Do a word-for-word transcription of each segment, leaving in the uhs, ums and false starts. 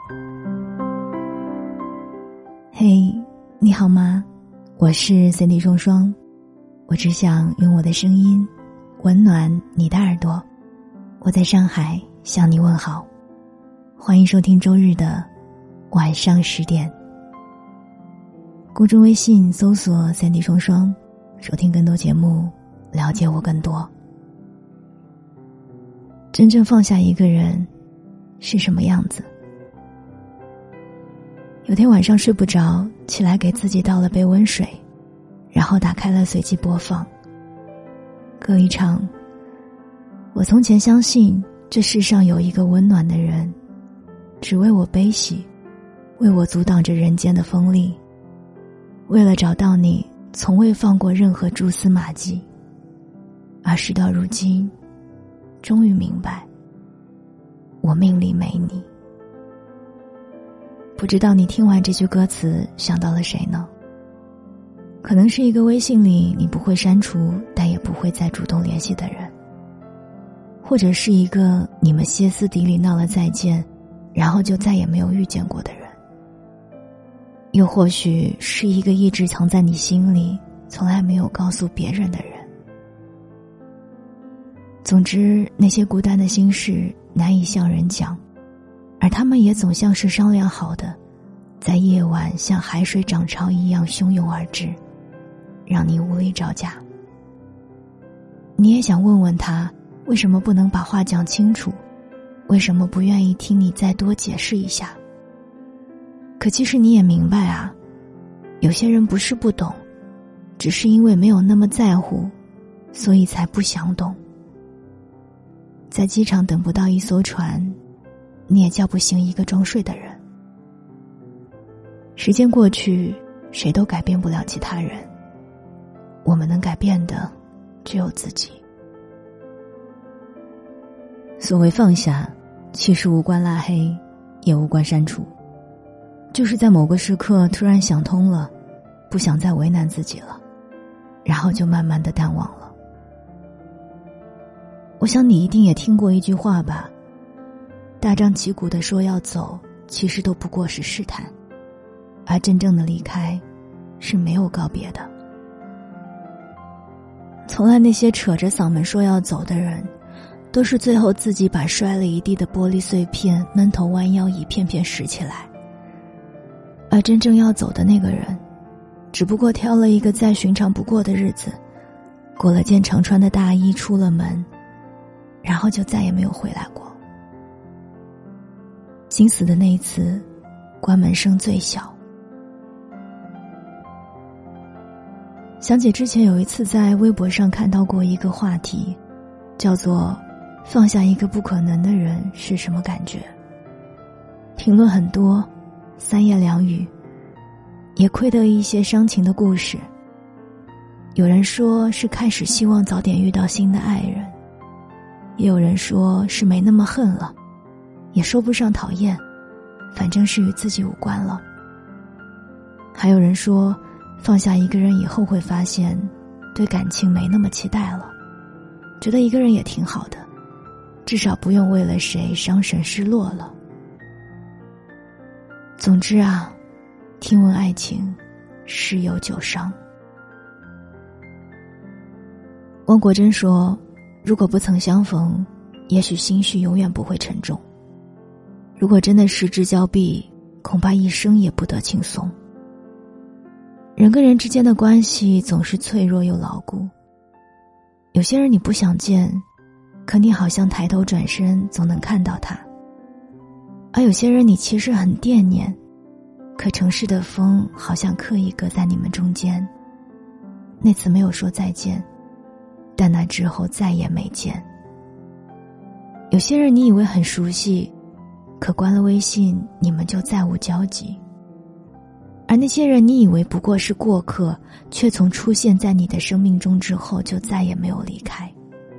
嘿，你好吗？我是 Cindy 双双，我只想用我的声音温暖你的耳朵。我在上海向你问好，欢迎收听周日的晚上十点。公众微信搜索 Cindy 双双，收听更多节目，了解我更多。真正放下一个人是什么样子？有天晚上睡不着，起来给自己倒了杯温水，然后打开了随机播放。歌一唱，我从前相信这世上有一个温暖的人，只为我悲喜，为我阻挡着人间的锋利。为了找到你，从未放过任何蛛丝马迹。而事到如今，终于明白，我命里没你。不知道你听完这句歌词想到了谁呢？可能是一个微信里你不会删除但也不会再主动联系的人，或者是一个你们歇斯底里闹了再见，然后就再也没有遇见过的人，又或许是一个一直藏在你心里从来没有告诉别人的人。总之，那些孤单的心事难以向人讲，而他们也总像是商量好的，在夜晚像海水涨潮一样汹涌而至，让你无力招架。你也想问问他，为什么不能把话讲清楚？为什么不愿意听你再多解释一下？可其实你也明白啊，有些人不是不懂，只是因为没有那么在乎，所以才不想懂。在机场等不到一艘船，你也叫不醒一个装睡的人。时间过去，谁都改变不了其他人，我们能改变的只有自己。所谓放下，其实无关拉黑，也无关删除，就是在某个时刻突然想通了，不想再为难自己了，然后就慢慢的淡忘了。我想你一定也听过一句话吧，大张旗鼓地说要走，其实都不过是试探，而真正的离开是没有告别的。从来那些扯着嗓门说要走的人，都是最后自己把摔了一地的玻璃碎片闷头弯腰一片片拾起来，而真正要走的那个人，只不过挑了一个再寻常不过的日子，裹了件常穿的大衣出了门，然后就再也没有回来过。心死的那一次，关门声最小。想起之前有一次在微博上看到过一个话题，叫做放下一个不可能的人是什么感觉。评论很多，三言两语，也窥得一些伤情的故事。有人说是开始希望早点遇到新的爱人，也有人说是没那么恨了，也说不上讨厌，反正是与自己无关了。还有人说放下一个人以后会发现对感情没那么期待了，觉得一个人也挺好的，至少不用为了谁伤神失落了。总之啊，听闻爱情十有九伤。汪国真说，如果不曾相逢，也许心绪永远不会沉重，如果真的失之交臂，恐怕一生也不得轻松。人跟人之间的关系总是脆弱又牢固，有些人你不想见，可你好像抬头转身总能看到他；而有些人你其实很惦念，可城市的风好像刻意隔在你们中间。那次没有说再见，但那之后再也没见。有些人你以为很熟悉，可关了微信，你们就再无交集。而那些人你以为不过是过客，却从出现在你的生命中之后就再也没有离开。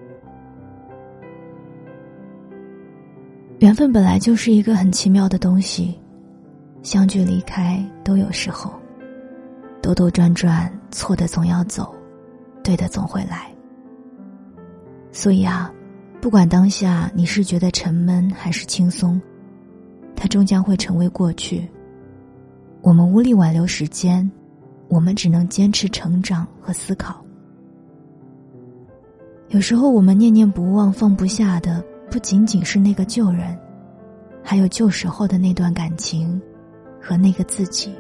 缘分本来就是一个很奇妙的东西，相聚离开都有时候，兜兜转转，错的总要走，对的总会来。所以啊，不管当下你是觉得沉闷还是轻松， 它终将会成为过去。我们无力挽留时间，我们只能坚持成长和思考。有时候我们念念不忘放不下的不仅仅是那个旧人，还有旧时候的那段感情和那个自己。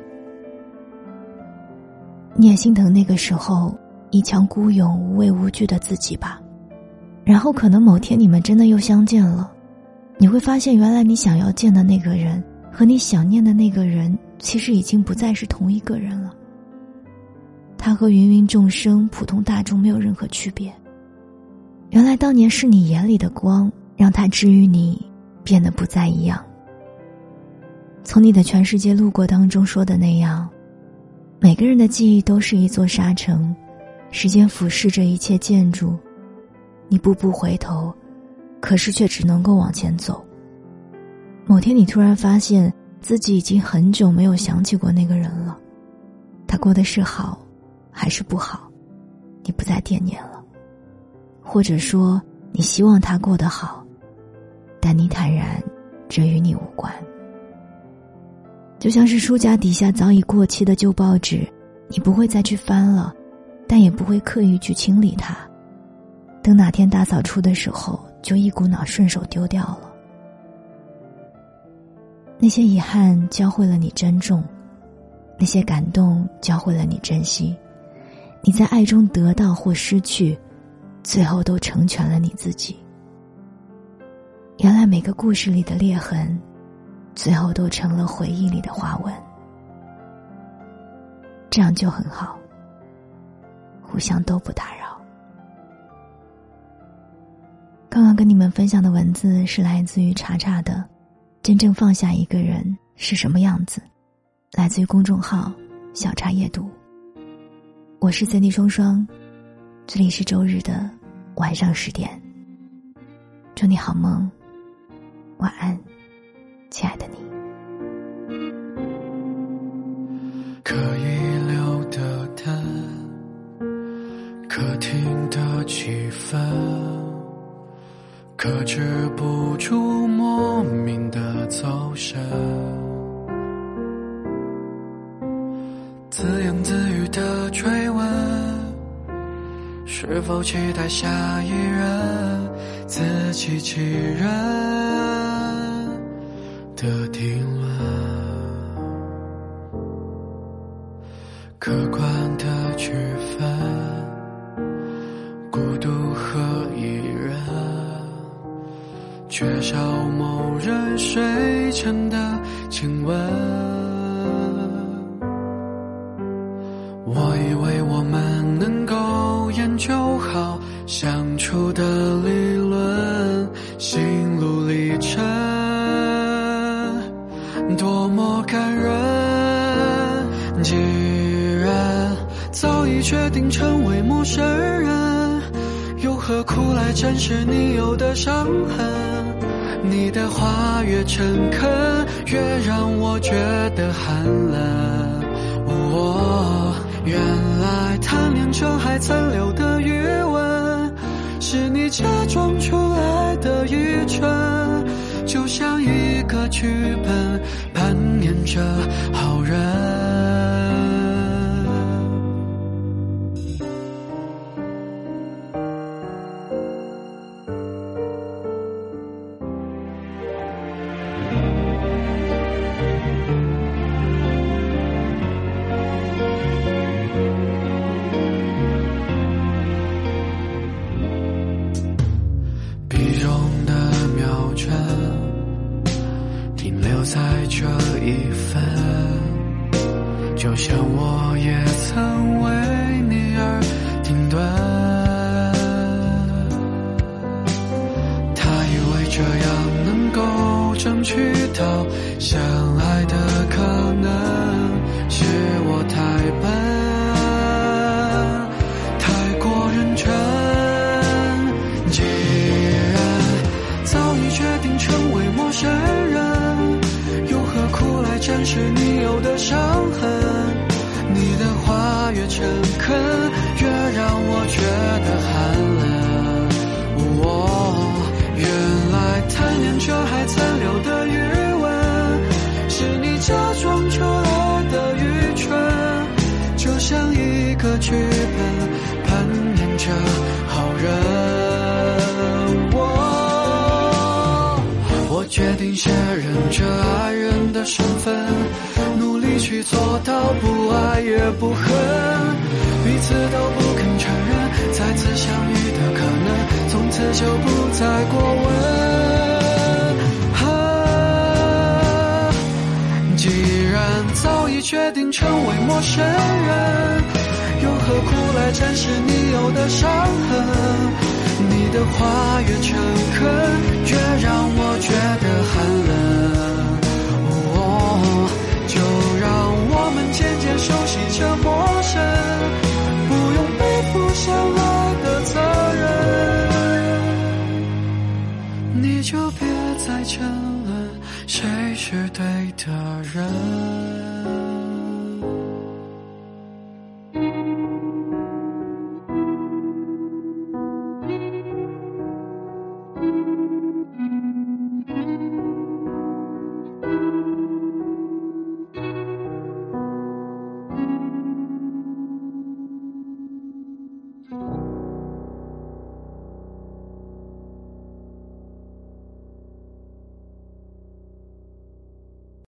你也心疼那个时候一腔孤勇无畏无惧的自己吧。然后可能某天你们真的又相见了，你会发现原来你想要见的那个人和你想念的那个人其实已经不再是同一个人了。他和芸芸众生普通大众没有任何区别。原来当年是你眼里的光让他治愈你变得不再一样。从你的全世界路过当中说的那样，每个人的记忆都是一座沙城，时间俯视着一切建筑，你步步回头，可是却只能够往前走。某天你突然发现自己已经很久没有想起过那个人了，他过得是好还是不好，你不再惦念了。或者说你希望他过得好，但你坦然这与你无关。就像是书架底下早已过期的旧报纸，你不会再去翻了，但也不会刻意去清理它，等哪天大扫除的时候就一股脑顺手丢掉了。那些遗憾教会了你珍重，那些感动教会了你珍惜。你在爱中得到或失去，最后都成全了你自己。原来每个故事里的裂痕，最后都成了回忆里的花纹。这样就很好，互相都不打扰。刚刚跟你们分享的文字是来自于查查的真正放下一个人是什么样子，来自于公众号小茶夜读。我是 C D 双双，这里是周日的晚上十点。祝你好梦，晚安，亲爱的你。 可以留的灯，客厅的气氛，克制不住莫名的走神，自言自语的追问，是否期待下一任自欺欺人的定论，客观的区分孤独和一人，缺少某人睡前的亲吻。我以为我们能够研究好相处的理论，心路历程多么感人。既然早已决定成为陌生人，又何苦来展示你有的伤痕？你的话越诚恳，越让我觉得寒冷。我原来贪恋着还残留的余温，是你假装出来的愚蠢，就像一个剧本扮演着好人。停留在这一分，就像我也曾为你而停顿。他以为这样能够争取到相爱的可能，是我太笨，太过认真。既然早已决定成为陌生人，展示你有的伤痕，你的话越诚恳，越让我觉得寒冷。我原来贪恋着还残留的余温， 决定卸任这爱人的身份，努力去做到不爱也不恨，彼此都不肯承认再次相遇的可能，从此就不再过问。啊，既然早已决定成为陌生人，又何苦来展示你有的伤痕？你的话越诚恳，越让我觉得寒冷。哦，就让我们渐渐熟悉这陌生，不用背负相爱的责任。你就别再争论谁是对的人。